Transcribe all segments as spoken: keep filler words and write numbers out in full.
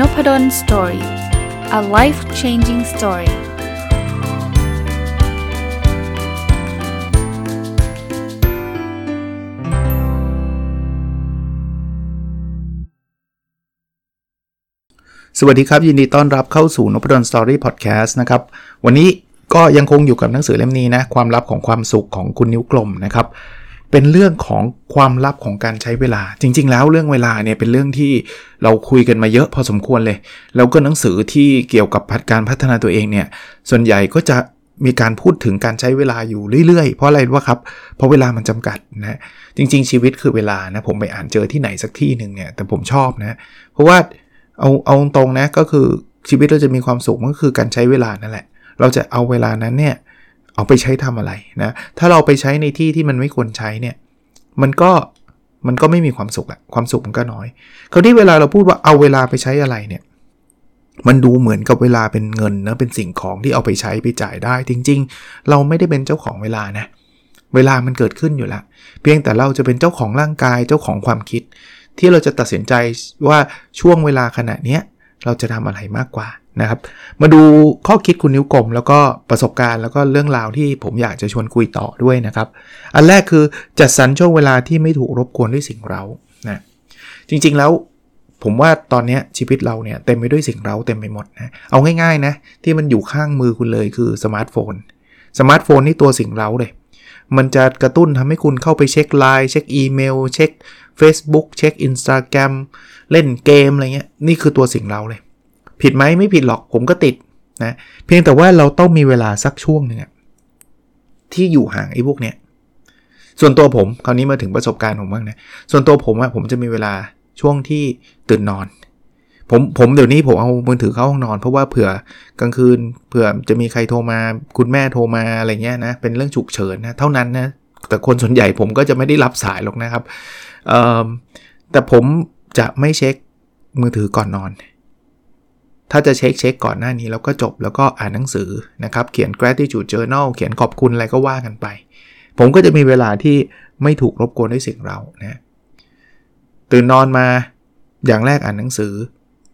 Noppadan Story. A life-changing story. สวัสดีครับยินดีต้อนรับเข้าสู่ Noppadan Story Podcast นะครับวันนี้ก็ยังคงอยู่กับหนังสือเล่มนี้นะความลับของความสุขของคุณนิ้วกลมนะครับเป็นเรื่องของความลับของการใช้เวลาจริงๆแล้วเรื่องเวลาเนี่ยเป็นเรื่องที่เราคุยกันมาเยอะพอสมควรเลยแล้วก็หนังสือที่เกี่ยวกับการพัฒนาตัวเองเนี่ยส่วนใหญ่ก็จะมีการพูดถึงการใช้เวลาอยู่เรื่อยๆเพราะอะไรวะครับเพราะเวลามันจำกัดนะจริงๆชีวิตคือเวลานะผมไปอ่านเจอที่ไหนสักที่นึงเนี่ยแต่ผมชอบนะเพราะว่าเอาเอาตรงๆนะก็คือชีวิตเราจะมีความสุขมันก็คือการใช้เวลานั่นแหละเราจะเอาเวลานั้นเนี่ยเอาไปใช้ทำอะไรนะถ้าเราไปใช้ในที่ที่มันไม่ควรใช้เนี่ยมันก็มันก็ไม่มีความสุขอะความสุขมันก็น้อยคราวนี้เวลาเราพูดว่าเอาเวลาไปใช้อะไรเนี่ยมันดูเหมือนกับเวลาเป็นเงินนะเป็นสิ่งของที่เอาไปใช้ไปจ่ายได้จริงๆเราไม่ได้เป็นเจ้าของเวลานะเวลามันเกิดขึ้นอยู่แล้วเพียงแต่เราจะเป็นเจ้าของร่างกายเจ้าของความคิดที่เราจะตัดสินใจว่าช่วงเวลาขณะนี้เราจะทำอะไรมากกว่านะครับมาดูข้อคิดคุณนิ้วกลมแล้วก็ประสบการณ์แล้วก็เรื่องราวที่ผมอยากจะชวนคุยต่อด้วยนะครับอันแรกคือจัดสรรช่วงเวลาที่ไม่ถูกรบกวนด้วยสิ่งเร้านะจริงๆแล้วผมว่าตอนนี้ชีวิตเราเนี่ยเต็มไปด้วยสิ่งเร้าเต็มไปหมดนะเอาง่ายๆนะที่มันอยู่ข้างมือคุณเลยคือสมาร์ทโฟนสมาร์ทโฟนนี่ตัวสิ่งเร้าเลยมันจะกระตุ้นทำให้คุณเข้าไปเช็ค ไลน์ เช็คอีเมลเช็ค Facebook เช็ค Instagram เล่นเกมอะไรเงี้ยนี่คือตัวสิ่งเร้าเลยผิดไหมไม่ผิดหรอกผมก็ติดนะเพียงแต่ว่าเราต้องมีเวลาสักช่วงนึงที่อยู่ห่างไอ้พวกเนี้ยส่วนตัวผมคราวนี้มาถึงประสบการณ์ผมบ้างนะส่วนตัวผมอะผมจะมีเวลาช่วงที่ตื่นนอนผมผมเดี๋ยวนี้ผมเอามือถือเข้าห้องนอนเพราะว่าเผื่อกลางคืนเผื่อจะมีใครโทรมาคุณแม่โทรมาอะไรเงี้ยนะเป็นเรื่องฉุกเฉินนะเท่านั้นนะแต่คนส่วนใหญ่ผมก็จะไม่ได้รับสายหรอกนะครับเอ่อแต่ผมจะไม่เช็คมือถือก่อนนอนถ้าจะเช็คเช็คก่อนหน้านี้แล้วก็จบแล้วก็อ่านหนังสือนะครับเขียน gratitude journal เขียนขอบคุณอะไรก็ว่ากันไปผมก็จะมีเวลาที่ไม่ถูกรบกวนด้วยสิ่งเรานะตื่นนอนมาอย่างแรกอ่านหนังสือ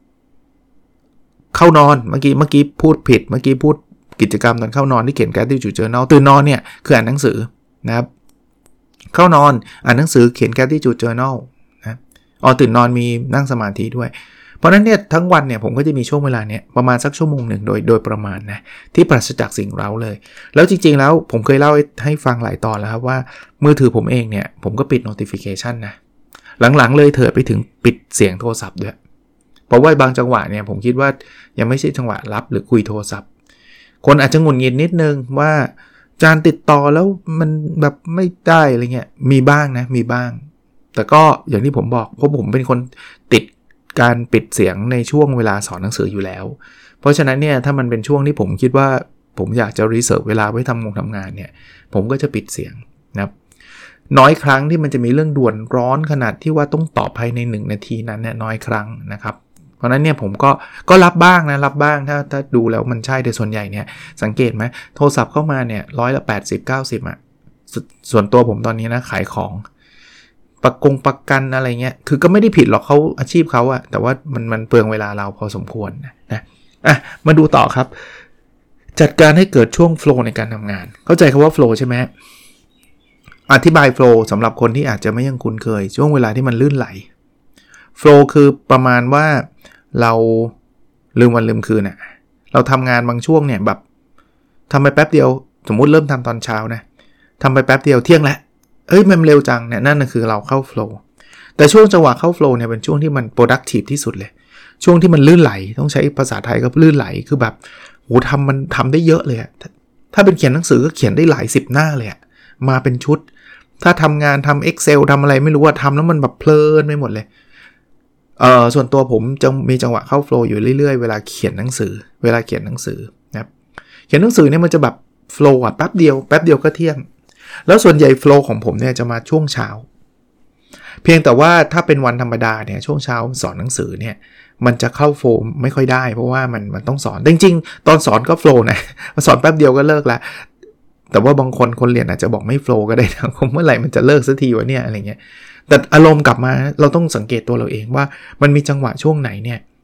เข้านอนเมื่อกี้เมื่อกี้พูดผิดเมื่อกี้พูดกิจกรรมตอนเข้านอนที่เขียน gratitude journal ตื่นนอนเนี่ยคืออ่านหนังสือนะครับเข้านอนอ่านหนังสือเขียน gratitude journal นะอ๋อตื่นนอนมีนั่งสมาธิด้วยเพราะนั้นเนี่ยทั้งวันเนี่ยผมก็จะมีช่วงเวลาเนี่ยประมาณสักชั่วโมงหนึ่งโดยโดยประมาณนะที่ปราศจากสิ่งเร้าเลยแล้วจริงๆแล้วผมเคยเล่าให้ฟังหลายตอนแล้วครับว่ามือถือผมเองเนี่ยผมก็ปิด notification นะหลังๆเลยเถิดไปถึงปิดเสียงโทรศัพท์ด้วยเพราะว่าบางจังหวะเนี่ยผมคิดว่ายังไม่ใช่จังหวะรับหรือคุยโทรศัพท์คนอาจจะหงุดหงิดนิดนึงว่าจานติดต่อแล้วมันแบบไม่ได้อะไรเงี้ยมีบ้างนะมีบ้างแต่ก็อย่างที่ผมบอกเพราะผมเป็นคนติดการปิดเสียงในช่วงเวลาสอนหนังสืออยู่แล้วเพราะฉะนั้นเนี่ยถ้ามันเป็นช่วงที่ผมคิดว่าผมอยากจะรีเสิร์ฟเวลาไว้ทำงานทำงานเนี่ยผมก็จะปิดเสียงนะครับน้อยครั้งที่มันจะมีเรื่องด่วนร้อนขนาดที่ว่าต้องตอบภายในหนึ่งนาทีนั้นเนี่ยน้อยครั้งนะครับเพราะนั้นเนี่ยผมก็ก็รับบ้างนะรับบ้างถ้าถ้าดูแล้วมันใช่แต่ส่วนใหญ่เนี่ยสังเกตไหมโทรศัพท์เข้ามาเนี่ยร้อยละแปดสิบ เก้าสิบอ่ะส่วนตัวผมตอนนี้นะขายของประกงประกันอะไรเงี้ยคือก็ไม่ได้ผิดหรอกเขาอาชีพเขาอะแต่ว่ามันมันเปลืองเวลาเราพอสมควรนะนะอ่ะมาดูต่อครับจัดการให้เกิดช่วงโฟลว์ในการทำงานเข้าใจคำว่าโฟลว์ใช่ไหมอธิบายโฟลว์สำหรับคนที่อาจจะไม่ยังคุ้นเคยช่วงเวลาที่มันลื่นไหลโฟลว์คือประมาณว่าเราลืมวันลืมคืนอะเราทำงานบางช่วงเนี่ยแบบทำไปแป๊บเดียวสมมุติเริ่มทำตอนเช้านะทำไปแป๊บเดียวเที่ยงแล้วเอ้ยมันเร็วจังเนี่ยนั่นคือเราเข้าโฟลว์แต่ช่วงจังหวะเข้าโฟลว์เนี่ยเป็นช่วงที่มัน productive ที่สุดเลยช่วงที่มันลื่นไหลต้องใช้ภาษาไทยก็ลื่นไหลคือแบบโหทำมันทำได้เยอะเลยอะถ้าเป็นเขียนหนังสือก็เขียนได้หลายสิบหน้าเลยอะมาเป็นชุดถ้าทำงานทำ Excel ทำอะไรไม่รู้ว่าทำแล้วมันแบบเพลินไปหมดเลยเอ่อส่วนตัวผมจะมีจังหวะเข้าโฟลว์อยู่เรื่อยๆเวลาเขียนหนังสือเวลาเขียนหนังสือนะครับเขียนหนังสือเนี่ยมันจะแบบโฟลว์อะแป๊บเดียวแป๊บเดียวก็เที่ยงแล้วส่วนใหญ่โฟลว์ของผมเนี่ยจะมาช่วงเช้าเพียงแต่ว่าถ้าเป็นวันธรรมดาเนี่ยช่วงเช้าสอนหนังสือเนี่ยมันจะเข้าโฟลว์ไม่ค่อยได้เพราะว่ามันมันต้องสอนจริงๆตอนสอนก็โฟลว์นะสอนแป๊บเดียวก็เลิกละแต่ว่าบางคนคนเรียนอาจจะบอกไม่โฟลว์ก็ได้นะเมื่อไหร่มันจะเลิกสักทีวะเนี่ยอะไรเงี้ยแต่อารมณ์กลับมาเราต้องสังเกตตัวเราเองว่ามันมีจังหวะช่วงไหนเนี่ย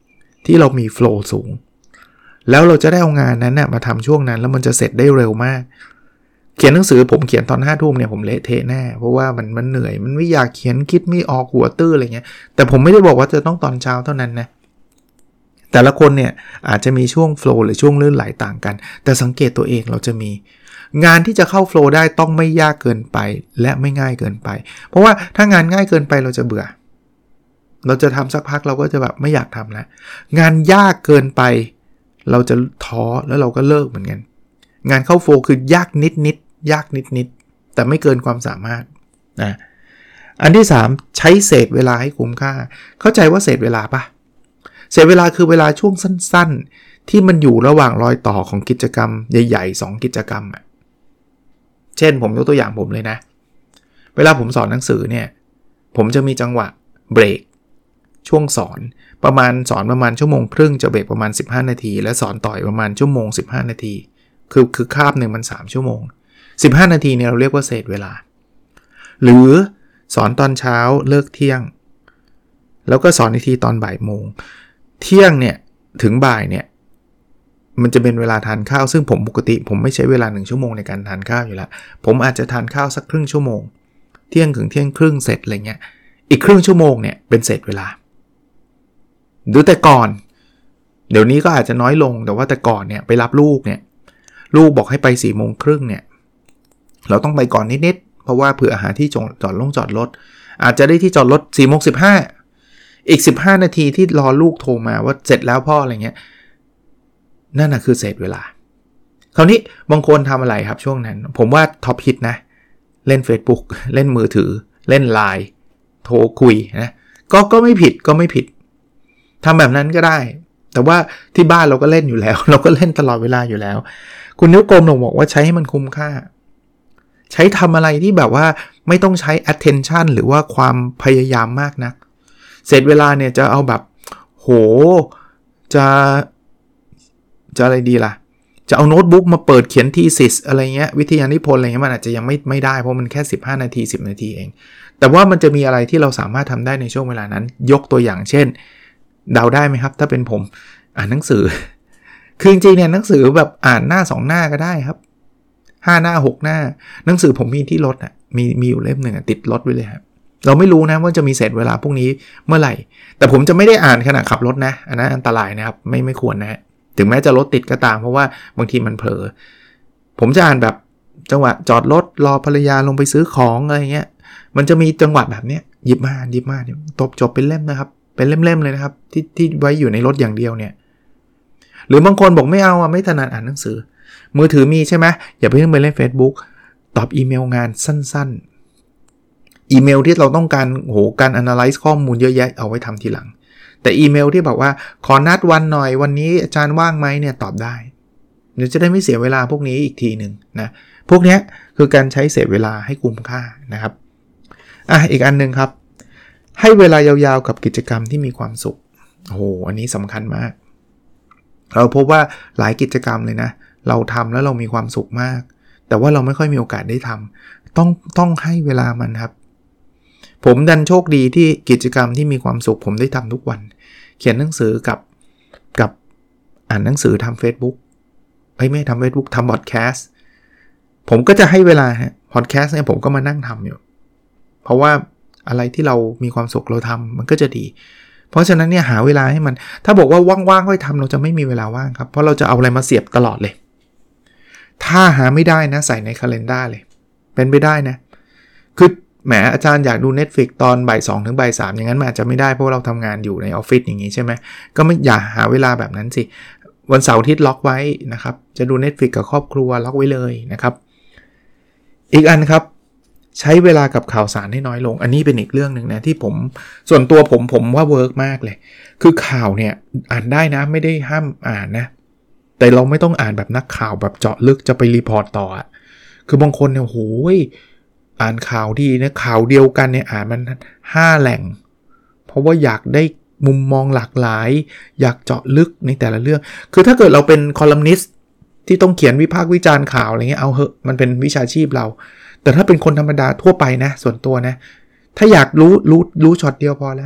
ที่เรามีโฟลว์สูงแล้วเราจะได้เอางานนั้นนะมาทำช่วงนั้นแล้วมันจะเสร็จได้เร็วมากเขียนหนังสือผมเขียนตอนห้าทุ่มเนี่ยผมเละเทะแน่เพราะว่ามันมันเหนื่อยมันไม่อยากเขียนคิดไม่ออกหัวตื้ออะไรเงี้ยแต่ผมไม่ได้บอกว่าจะต้องตอนเช้าเท่านั้นนะแต่ละคนเนี่ยอาจจะมีช่วงโฟลว์หรือช่วงลื่นไหลต่างกันแต่สังเกตตัวเองเราจะมีงานที่จะเข้าโฟลว์ได้ต้องไม่ยากเกินไปและไม่ง่ายเกินไปเพราะว่าถ้างานง่ายเกินไปเราจะเบื่อเราจะทำสักพักเราก็จะแบบไม่อยากทำแล้วงานยากเกินไปเราจะท้อแล้วเราก็เลิกเหมือนกันงานเข้าโฟลว์คือยากนิดนิดยากนิดนิดแต่ไม่เกินความสามารถนะอันที่สามใช้เศษเวลาให้คุ้มค่าเข้าใจว่าเศษเวลาปะเศษเวลาคือเวลาช่วงสั้นๆที่มันอยู่ระหว่างรอยต่อของกิจกรรมใหญ่ๆสองกิจกรรมอ่ะเช่นผมยกตัวอย่างผมเลยนะเวลาผมสอนหนังสือเนี่ยผมจะมีจังหวะเบรกช่วงสอนประมาณสอนประมาณชั่วโมงครึ่งจะเบรกประมาณสิบห้านาทีและสอนต่อประมาณชั่วโมงสิบห้านาทีคือคือคาบหนึ่งมันสามชั่วโมงสิบห้านาทีเนี่ยเราเรียกว่าเศษเวลาหรือสอนตอนเช้าเลิกเที่ยงแล้วก็สอนอีกทีตอนบ่ายโมงเที่ยงเนี่ยถึงบ่ายเนี่ยมันจะเป็นเวลาทานข้าวซึ่งผมปกติผมไม่ใช้เวลาหนึ่งชั่วโมงในการทานข้าวอยู่แล้วผมอาจจะทานข้าวสักครึ่งชั่วโมงเที่ยงถึงเที่ยงครึ่งเสร็จอะไรเงี้ยอีกครึ่งชั่วโมงเนี่ยเป็นเศษเวลาดูแต่ก่อนเดี๋ยวนี้ก็อาจจะน้อยลงแต่ว่าแต่ก่อนเนี่ยไปรับลูกเนี่ยลูกบอกให้ไปสี่โมงครึ่งเนี่ยเราต้องไปก่อนนิดๆเพราะว่าเผื่อหาที่จอดลงจอดรถอาจจะได้ที่จอดรถสี่โมงสิบห้าอีกสิบห้านาทีที่รอลูกโทรมาว่าเสร็จแล้วพ่ออะไรเงี้ยนั่นน่ะคือเศษเวลาคราวนี้บางคนทำอะไรครับช่วงนั้นผมว่าท็อปฮิตนะเล่น Facebook เล่นมือถือเล่น ไลน์ โทรคุยนะก็ก็ไม่ผิดก็ไม่ผิดทำแบบนั้นก็ได้แต่ว่าที่บ้านเราก็เล่นอยู่แล้วเราก็เล่นตลอดเวลาอยู่แล้วคุณนิ้วกลมบอกว่าใช้ให้มันคุ้มค่าใช้ทำอะไรที่แบบว่าไม่ต้องใช้ attention หรือว่าความพยายามมากนักเสร็จเวลาเนี่ยจะเอาแบบโหจะจะอะไรดีล่ะจะเอาโน้ตบุ๊กมาเปิดเขียนทีซิสอะไรเงี้ยวิทยานิพนธ์อะไรเงี้ยมันอาจจะยังไม่ไม่ได้เพราะมันแค่สิบห้านาทีสิบนาทีเองแต่ว่ามันจะมีอะไรที่เราสามารถทำได้ในช่วงเวลานั้นยกตัวอย่างเช่นเดาได้ไหมครับถ้าเป็นผมอ่านหนังสือคือจริงๆเนี่ยหนังสือแบบอ่านหน้าสองหน้าก็ได้ครับห้าหน้าหกหน้าหนังสือผมมีที่รถอ่ะมีมีอยู่เล่มหนึ่งติดรถไว้เลยครับเราไม่รู้นะว่าจะมีเศษเวลาพวกนี้เมื่อไหร่แต่ผมจะไม่ได้อ่านขณะขับรถนะอันนั้นอันตรายนะครับไม่ไม่ควรนะถึงแม้จะรถติดก็ตามเพราะว่าบางทีมันเผลอผมจะอ่านแบบจังหวะจอดรถรอภรรยาลงไปซื้อของอะไรเงี้ยมันจะมีจังหวะแบบเนี้ยหยิบมาหยิบมาตบจบเป็นเล่มนะครับเป็นเล่มๆเลยนะครับที่ที่ไว้อยู่ในรถอย่างเดียวเนี่ยหรือบางคนบอกไม่เอาอ่ะไม่ถนัดอ่านหนังสือมือถือมีใช่ไหมอย่าไปเพิ่งไปเล่น Facebook ตอบอีเมลงานสั้นๆอีเมลที่เราต้องการโหการ analyze ข้อมูลเยอะแยะเอาไว้ทำทีหลังแต่อีเมลที่บอกว่าขอนัดวันหน่อยวันนี้อาจารย์ว่างไหมเนี่ยตอบได้เดี๋ยวจะได้ไม่เสียเวลาพวกนี้อีกทีหนึ่งนะพวกนี้คือการใช้เสียเวลาให้คุ้มค่านะครับอ่ะอีกอันนึงครับให้เวลายาวๆกับกิจกรรมที่มีความสุขโอ้โหอันนี้สำคัญมากเราพบว่าหลายกิจกรรมเลยนะเราทำแล้วเรามีความสุขมากแต่ว่าเราไม่ค่อยมีโอกาสได้ทำต้องต้องให้เวลามันครับผมดันโชคดีที่กิจกรรมที่มีความสุขผมได้ทำทุกวันเขียนหนังสือกับกับอ่านหนังสือทำ Facebook ไม่ไม่ทำ Facebook ทำพอดแคสต์ผมก็จะให้เวลาฮะพอดแคสต์เนี่ยผมก็มานั่งทำอยู่เพราะว่าอะไรที่เรามีความสุขเราทำมันก็จะดีเพราะฉะนั้นเนี่ยหาเวลาให้มันถ้าบอกว่าว่างๆค่อยทำเราจะไม่มีเวลาว่างครับเพราะเราจะเอาอะไรมาเสียบตลอดเลยถ้าหาไม่ได้นะใส่ใน calendar เลยเป็นไปได้นะคือแหมอาจารย์อยากดู Netflix ตอนบ่ายสองถึงบ่ายสามอย่างนั้นมันอาจจะไม่ได้เพราะเราทำงานอยู่ในออฟฟิศอย่างนี้ใช่ไหมก็ไม่อย่าหาเวลาแบบนั้นสิวันเสาร์อาทิตย์ล็อกไว้นะครับจะดู Netflix กับครอบครัวล็อกไว้เลยนะครับอีกอันครับใช้เวลากับข่าวสารให้น้อยลงอันนี้เป็นอีกเรื่องนึงนะที่ผมส่วนตัวผมผมว่าเวิร์กมากเลยคือข่าวเนี่ยอ่านได้นะไม่ได้ห้ามอ่านนะแต่เราไม่ต้องอ่านแบบนักข่าวแบบเจาะลึกจะไปรีพอร์ตต่ออ่ะคือบางคนเนี่ยโหยอ่านข่าวที่นะข่าวเดียวกันเนี่ยอ่านมันห้าแหล่งเพราะว่าอยากได้มุมมองหลากหลายอยากเจาะลึกในแต่ละเรื่องคือถ้าเกิดเราเป็นคอลัมนิสต์ที่ต้องเขียนวิพากษ์วิจารณ์ข่าวอะไรเงี้ยเอาเหอะมันเป็นวิชาชีพเราแต่ถ้าเป็นคนธรรมดาทั่วไปนะส่วนตัวนะถ้าอยากรู้รู้รู้ช็อตเดียวพอแล้ว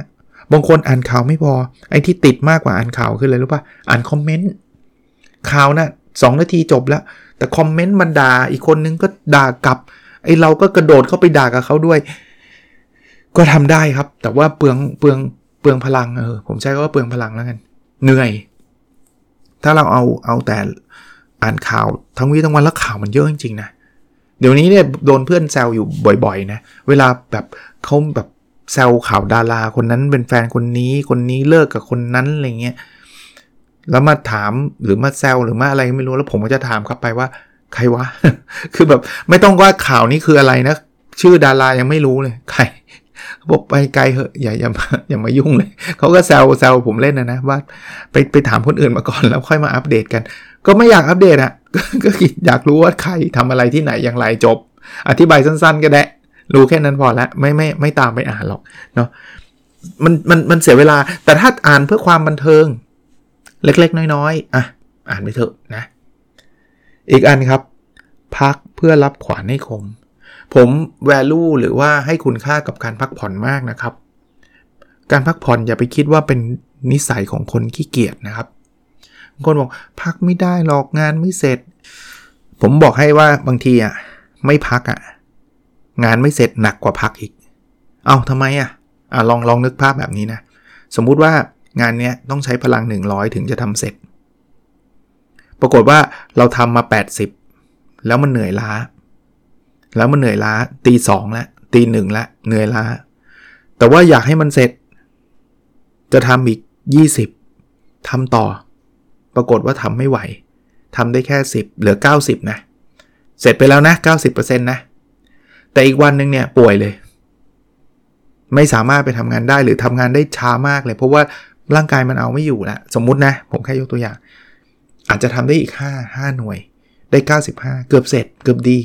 บางคนอ่านข่าวไม่พอไอ้ที่ติดมากกว่าอ่านข่าวคืออะไรรู้ป่ะอ่านคอมเมนต์ข่าวนะสองนาทีจบแล้วแต่คอมเมนต์มันด่าอีกคนนึงก็ด่ากลับไอ้เราก็กระโดดเข้าไปด่ากับเขาด้วยก็ทำได้ครับแต่ว่าเปลืองเปลืองเปลืองพลังเออผมใช้คำว่าเปลืองพลังแล้วกันเหนื่อยถ้าเราเอาเอาแต่อ่านข่าวทั้งวี่ทั้งวันแล้วข่าวมันเยอะจริงๆนะเดี๋ยวนี้เนี่ยโดนเพื่อนแซวอยู่บ่อยๆนะเวลาแบบเขาแบบแซวข่าวดาราคนนั้นเป็นแฟนคนนี้คนนี้เลิกกับคนนั้นอะไรเงี้ยแล้วมาถามหรือมาแซวหรือมาอะไรไม่รู้แล้วผมก็จะถามกลับไปว่าใครวะ คือแบบไม่ต้องว่าข่าวนี้คืออะไรนะชื่อดารายังไม่รู้เลยใครบอกไปไกลเหอะอย่าอย่าอย่ามายุ่งเลยเขาก็แซวแซวผมเล่นนะนะว่าไปไปถามคนอื่นมาก่อนแล้วค่อยมาอัปเดตกันก็ไม่อยากอัปเดตอ่ะ ก็อยากรู้ว่าใครทำอะไรที่ไหนอย่างไรจบอธิบายสั้นๆก็ได้รู้แค่นั้นพอละไม่ไม่ไม่ตามไปอ่านหรอกเนาะมันมันมันเสียเวลาแต่ถ้าอ่านเพื่อความบันเทิงเล็กๆน้อยๆอ่ะอ่านไปเถอะนะอีกอันครับพักเพื่อรับขวัญให้คมผม value หรือว่าให้คุณค่ากับการพักผ่อนมากนะครับการพักผ่อนอย่าไปคิดว่าเป็นนิสัยของคนขี้เกียจนะครับบางคนบอกพักไม่ได้หรอกงานไม่เสร็จผมบอกให้ว่าบางทีอ่ะไม่พักอ่ะงานไม่เสร็จหนักกว่าพักอีกเอ้าทำไมอ่ะอ่ะลองลองนึกภาพแบบนี้นะสมมุติว่างานเนี้ยต้องใช้พลังหนึ่งร้อยถึงจะทำเสร็จปรากฏว่าเราทำมาแปดสิบแล้วมันเหนื่อยล้าแล้วมันเหนื่อยล้าตีสองแล้วตีหนึ่งแล้วเหนื่อยล้าแต่ว่าอยากให้มันเสร็จจะทำอีกยี่สิบทำต่อปรากฏว่าทำไม่ไหวทำได้แค่สิบเหลือเก้าสิบนะเสร็จไปแล้วนะ เก้าสิบเปอร์เซ็นต์ นะแต่อีกวันนึงเนี่ยป่วยเลยไม่สามารถไปทำงานได้หรือทำงานได้ช้ามากเลยเพราะว่าร่างกายมันเอาไม่อยู่แล้วสมมุตินะผมแค่ยกตัวอย่างอาจจะทำได้อีกห้า ห้าหน่วยได้เก้าสิบห้าเกือบเสร็จเกือบดี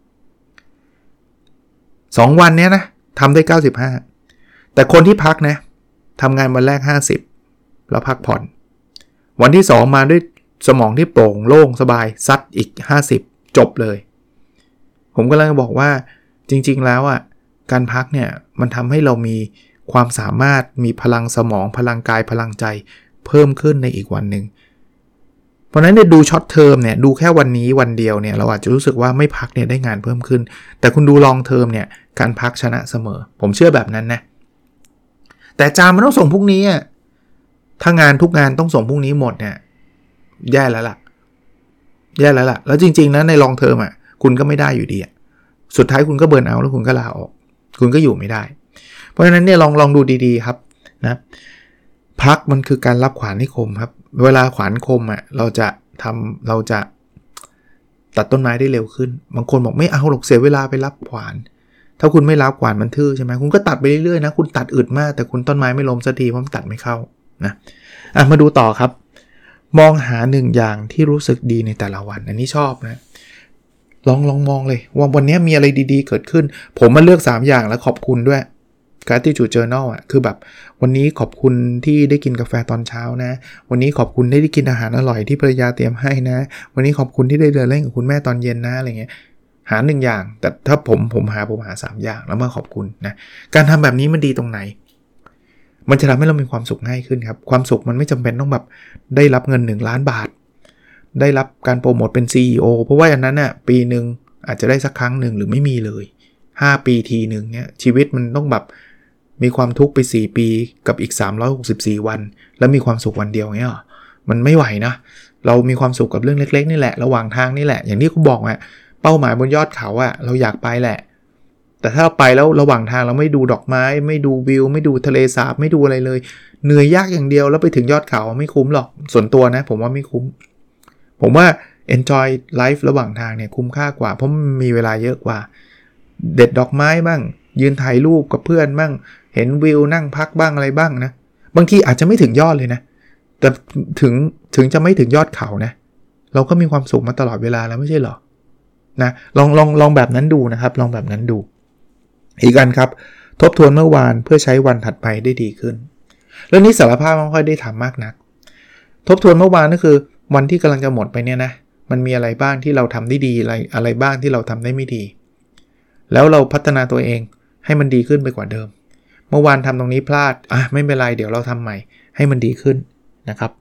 สองวันเนี้ยนะทำได้เก้าสิบห้าแต่คนที่พักนะทำงานวันแรกห้าสิบแล้วพักผ่อนวันที่สองมาด้วยสมองที่โปร่งโล่งสบายซัดอีกห้าสิบจบเลยผมก็เลยบอกว่าจริงๆแล้วอ่ะการพักเนี่ยมันทำให้เรามีความสามารถมีพลังสมองพลังกายพลังใจเพิ่มขึ้นในอีกวันนึงเพราะนั้นเนี่ยดูช็อตเทอมเนี่ยดูแค่วันนี้วันเดียวเนี่ยเราอาจจะรู้สึกว่าไม่พักเนี่ยได้งานเพิ่มขึ้นแต่คุณดูลองเทอมเนี่ยการพักชนะเสมอผมเชื่อแบบนั้นนะแต่จามมันต้องส่งพรุ่งนี้อ่ะถ้างานทุกงานต้องส่งพรุ่งนี้หมดเนี่ยแย่แล้วล่ะแย่แล้วล่ะแล้วจริงๆนะในลองเทอมอ่ะคุณก็ไม่ได้อยู่ดีอ่ะสุดท้ายคุณก็เบิร์นเอาท์แล้วคุณก็ลาออกคุณก็อยู่ไม่ได้เพราะฉะนั้นเนี่ยลองลองดูดีๆครับนะพักมันคือการรับขวานให้คมครับเวลาขวานคมอ่ะเราจะทำเราจะตัดต้นไม้ได้เร็วขึ้นบางคนบอกไม่เอาหรอกเสียเวลาไปรับขวานถ้าคุณไม่รับขวานมันทื่อใช่ไหมคุณก็ตัดไปเรื่อยๆนะคุณตัดอึดมากแต่คุณต้นไม้ไม่ล้มสักทีเพราะมันตัดไม่เข้านะอ่ะมาดูต่อครับมองหาหนึ่งอย่างที่รู้สึกดีในแต่ละวันอันนี้ชอบนะลองลองมองเลยว่าวันนี้มีอะไรดีๆเกิดขึ้นผมมาเลือกสามอย่างแล้วขอบคุณด้วย Gratitude Journal อ่ะคือแบบวันนี้ขอบคุณที่ได้กินกาแฟตอนเช้านะวันนี้ขอบคุณที่ได้กินอาหารอร่อยที่ภรรยาเตรียมให้นะวันนี้ขอบคุณที่ได้เดินเล่นกับคุณแม่ตอนเย็นนะอะไรเงี้ยหาหนึ่งอย่างแต่ถ้าผมผมหาผมหาสามอย่างแล้วมาขอบคุณนะการทำแบบนี้มันดีตรงไหนมันจะทำให้เรามีความสุขง่ายขึ้นครับความสุขมันไม่จำเป็นต้องแบบได้รับเงินหนึ่งล้านบาทได้รับการโปรโมทเป็น ซี อี โอ เพราะว่าอันนั้นน่ะปีนึงอาจจะได้สักครั้งนึงหรือไม่มีเลยห้าปีทีนึงเนี่ยชีวิตมันต้องแบบมีความทุกข์ไปสี่ปีกับอีกสามร้อยหกสิบสี่วันแล้วมีความสุขวันเดียวเงี้ยมันไม่ไหวนะเรามีความสุขกับเรื่องเล็กๆนี่แหละระหว่างทางนี่แหละอย่างที่คุณบอกอ่ะเป้าหมายบนยอดเขาอ่ะเราอยากไปแหละแต่ถ้าเราไปแล้วระหว่างทางเราไม่ดูดอกไม้ไม่ดูวิวไม่ดูทะเลสาบไม่ดูอะไรเลยเหนื่อยยากอย่างเดียวแล้วไปถึงยอดเขาไม่คุ้มหรอกส่วนตัวนะผมว่าไม่คุ้มผมว่า enjoy life ระหว่างทางเนี่ยคุ้มค่ากว่าเพราะมันมีเวลาเยอะกว่าเด็ดดอกไม้บ้างยืนถ่ายรูปกับเพื่อนบ้างเห็นวิวนั่งพักบ้างอะไรบ้างนะบางทีอาจจะไม่ถึงยอดเลยนะแต่ถึงถึงจะไม่ถึงยอดเขานะเราก็มีความสุขมาตลอดเวลาแล้วไม่ใช่หรอนะลองลองลองแบบนั้นดูนะครับลองแบบนั้นดูอีกอันครับทบทวนเมื่อวานเพื่อใช้วันถัดไปได้ดีขึ้นเรื่องนี้สารภาพไม่ค่อยได้ทำมากนักทบทวนเมื่อวานก็คือวันที่กำลังจะหมดไปเนี่ยนะมันมีอะไรบ้างที่เราทำได้ดีอะไรอะไรบ้างที่เราทำได้ไม่ดีแล้วเราพัฒนาตัวเองให้มันดีขึ้นไปกว่าเดิมเมื่อวานทำตรงนี้พลาดอ่ะไม่เป็นไรเดี๋ยวเราทำใหม่ให้มันดีขึ้นนะครับ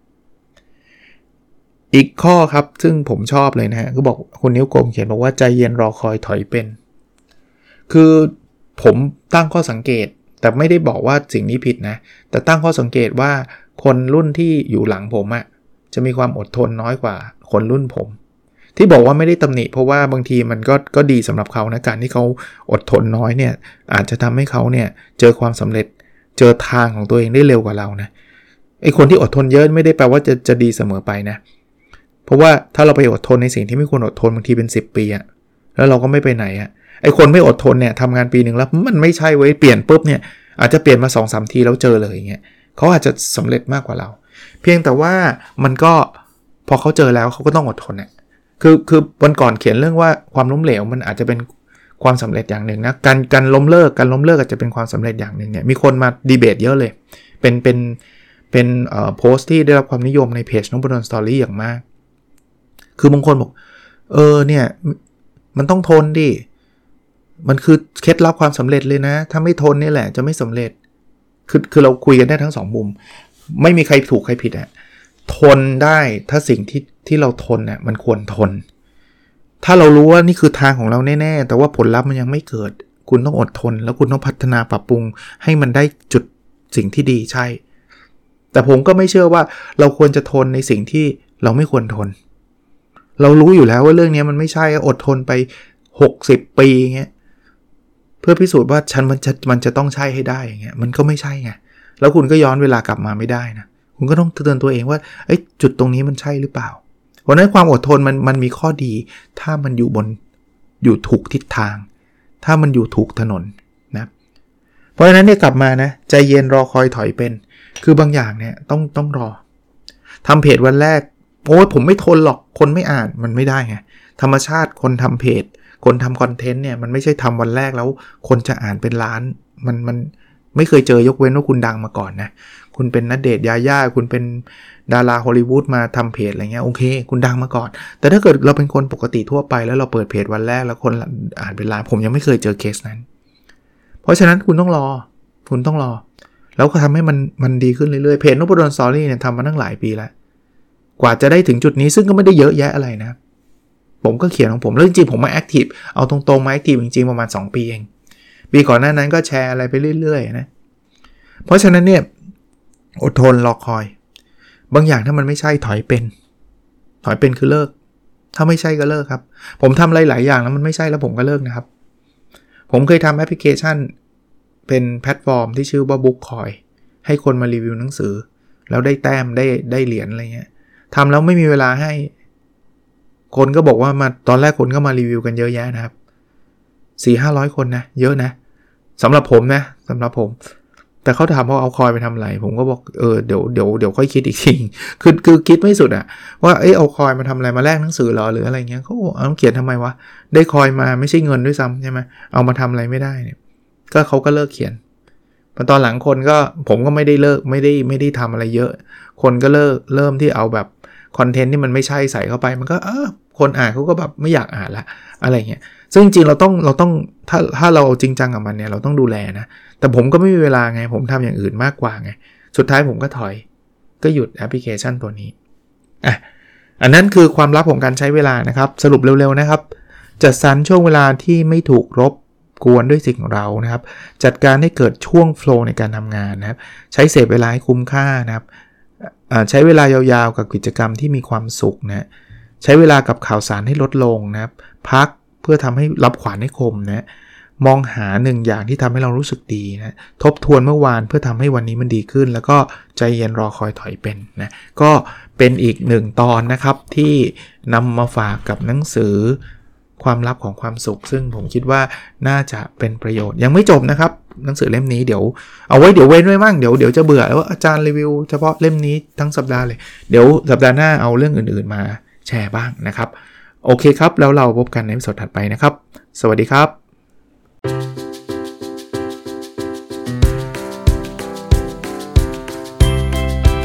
อีกข้อครับซึ่งผมชอบเลยนะฮะก็บอกคุณนิ้วกลมเขียนบอกว่าใจเย็นรอคอยถอยเป็นคือผมตั้งข้อสังเกตแต่ไม่ได้บอกว่าสิ่งนี้ผิดนะแต่ตั้งข้อสังเกตว่าคนรุ่นที่อยู่หลังผมอะจะมีความอดทนน้อยกว่าคนรุ่นผมที่บอกว่าไม่ได้ตำหนิเพราะว่าบางทีมันก็ก็ดีสำหรับเขานะการที่เขาอดทนน้อยเนี่ยอาจจะทำให้เขาเนี่ยเจอความสำเร็จเจอทางของตัวเองได้เร็วกว่าเรานะไอ้คนที่อดทนเยอะไม่ได้แปลว่าจะจะดีเสมอไปนะเพราะว่าถ้าเราไปอดทนในสิ่งที่ไม่ควรอดทนบางทีเป็นสิบปีอะแล้วเราก็ไม่ไปไหนอะไอ้คนไม่อดทนเนี่ยทำงานปีนึงแล้วมันไม่ใช่เว้ยเปลี่ยนปุ๊บเนี่ยอาจจะเปลี่ยนมา สองสาม ทีแล้วเจอเลยอย่างเงี้ยเขาอาจจะสำเร็จมากกว่าเราเพียงแต่ว่ามันก็พอเขาเจอแล้วเขาก็ต้องอดทนเนี่ยคือคือวันก่อนเขียนเรื่องว่าความล้มเหลวมันอาจจะเป็นความสำเร็จอย่างหนึ่งนะการการล้มเลิกการล้มเลิกอาจจะเป็นความสำเร็จอย่างหนึ่งเนี่ยมีคนมาดีเบตเยอะเลยเป็นเป็นเป็นเอ่อโพสต์ที่ได้รับความนิยมในเพจ Nobodon Story อย่างมากคือบางคนบอกเออเนี่ยมันต้องทนดิมันคือเคล็ดลับความสำเร็จเลยนะถ้าไม่ทนนี่แหละจะไม่สำเร็จคือคือเราคุยกันได้ทั้งสองมุมไม่มีใครถูกใครผิดอะทนได้ถ้าสิ่งที่ที่เราทนเนี่ยมันควรทนถ้าเรารู้ว่านี่คือทางของเราแน่ๆแต่ว่าผลลัพธ์มันยังไม่เกิดคุณต้องอดทนแล้วคุณต้องพัฒนาปรับปรุงให้มันได้จุดสิ่งที่ดีใช่แต่ผมก็ไม่เชื่อว่าเราควรจะทนในสิ่งที่เราไม่ควรทนเรารู้อยู่แล้วว่าเรื่องนี้มันไม่ใช่อดทนไปหกสิบปีเงี้ยเพื่อพิสูจน์ว่าฉันมันจะมันจะต้องใช่ให้ได้อย่างเงี้ยมันก็ไม่ใช่ไงแล้วคุณก็ย้อนเวลากลับมาไม่ได้นะคุณก็ต้องเตือนตัวเองว่าเอ้ยจุดตรงนี้มันใช่หรือเปล่าเพราะนั้นความอดทนมันมันมีข้อดีถ้ามันอยู่บนอยู่ถูกทิศทางถ้ามันอยู่ถูกถนนนะเพราะฉะนั้นเนี่ยกลับมานะใจเย็นรอคอยถอยเป็นคือบางอย่างเนี่ยต้องต้องรอทำเพจวันแรกโอ้ยผมไม่ทนหรอกคนไม่อ่านมันไม่ได้ไงธรรมชาติคนทำเพจคนทำคอนเทนต์เนี่ยมันไม่ใช่ทำวันแรกแล้วคนจะอ่านเป็นล้านมันมันไม่เคยเจอยกเว้นว่าคุณดังมาก่อนนะคุณเป็นณเดชน์ยาย่าคุณเป็นดาราฮอลลีวูดมาทำเพจอะไรเงี้ยโอเคคุณดังมาก่อนแต่ถ้าเกิดเราเป็นคนปกติทั่วไปแล้วเราเปิดเพจวันแรกแล้วคนอ่านเป็นล้านผมยังไม่เคยเจอเคสนั้นเพราะฉะนั้นคุณต้องรอคุณต้องรอแล้วก็ทำให้มันมันดีขึ้นเรื่อยๆเพจ Nobodon Story เนี่ยทำมาตั้งหลายปีแล้วกว่าจะได้ถึงจุดนี้ซึ่งก็ไม่ได้เยอะแยะอะไรนะผมก็เขียนของผมแล้วจริงๆผมมาแอคทีฟเอาตรงๆมาแอคทีฟจริงๆประมาณสองปีเองปีก่อนหน้านั้นก็แชร์อะไรไปเรื่อยๆนะเพราะฉะนั้นเนี่ยอดทนรอคอยบางอย่างถ้ามันไม่ใช่ถอยเป็นถอยเป็นคือเลิกถ้าไม่ใช่ก็เลิกครับผมทำอะไรหลายอย่างแล้วมันไม่ใช่แล้วผมก็เลิกนะครับผมเคยทำแอปพลิเคชันเป็นแพลตฟอร์มที่ชื่อว่า Bookcoin ให้คนมารีวิวหนังสือแล้วได้แต้มได้ได้เหรียญอะไรเงี้ยทำแล้วไม่มีเวลาให้คนก็บอกว่ามาตอนแรกคนก็มารีวิวกันเยอะแยะนะครับ สี่ห้าร้อย คนนะเยอะนะสำหรับผมนะสำหรับผมแต่เขาถามว่าเอาคอยไปทำอะไรผมก็บอกเออเดี๋ยวเดี๋ยวเดี๋ยวค่อยคิดอีกทีคือคือคิดไม่สุดอะว่าเอ้ยเอาคอยมาทำอะไรมาแลกหนังสือหรอหรืออะไรเงี้ยเขาเอาเขียนทำไมวะได้คอยมาไม่ใช่เงินด้วยซ้ำใช่ไหมเอามาทำอะไรไม่ได้เนี่ยก็เขาก็เลิกเขียนพอตอนหลังคนก็ผมก็ไม่ได้เลิกไม่ได้ไม่ได้ทำอะไรเยอะคนก็เลิกเริ่มที่เอาแบบคอนเทนต์ที่มันไม่ใช่ใส่เข้าไปมันก็เออคนอ่านเขาก็แบบไม่อยากอ่านละอะไรเงี้ยซึ่งจริงๆเราต้องเราต้องถ้าถ้าเราจริงจังกับมันเนี่ยเราต้องดูแลนะแต่ผมก็ไม่มีเวลาไงผมทำอย่างอื่นมากกว่าไงสุดท้ายผมก็ถอยก็หยุดแอปพลิเคชันตัวนี้อ่ะอันนั้นคือความลับของการใช้เวลานะครับสรุปเร็วๆนะครับจัดสรรช่วงเวลาที่ไม่ถูกรบกวนด้วยสิ่งของเรานะครับจัดการให้เกิดช่วงโฟลว์ในการทำงานนะครับใช้เศษเวลาให้คุ้มค่านะครับใช้เวลายาวๆกับกิจกรรมที่มีความสุขนะใช้เวลากับข่าวสารให้ลดลงนะครับพักเพื่อทำให้รับขวานให้คมนะมองหาหนึ่งอย่างที่ทำให้เรารู้สึกดีนะทบทวนเมื่อวานเพื่อทำให้วันนี้มันดีขึ้นแล้วก็ใจเย็นรอคอยถอยเป็นนะก็เป็นอีกหนึ่งตอนนะครับที่นำมาฝากกับหนังสือความลับของความสุขซึ่งผมคิดว่าน่าจะเป็นประโยชน์ยังไม่จบนะครับหนังสือเล่มนี้เดี๋ยวเอาไว้เดี๋ยวเว้นไว้มั่งเดี๋ยวเดี๋ยวจะเบื่อแล้วอาจารย์รีวิวเฉพาะเล่มนี้ทั้งสัปดาห์เลยเดี๋ยวสัปดาห์หน้าเอาเรื่องอื่นๆมาแชร์บ้างนะครับโอเคครับแล้วเราพบกันในตอนถัดไปนะครับสวัสดีครับ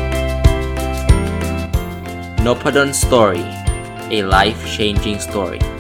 Nobodon Story, a life-changing story.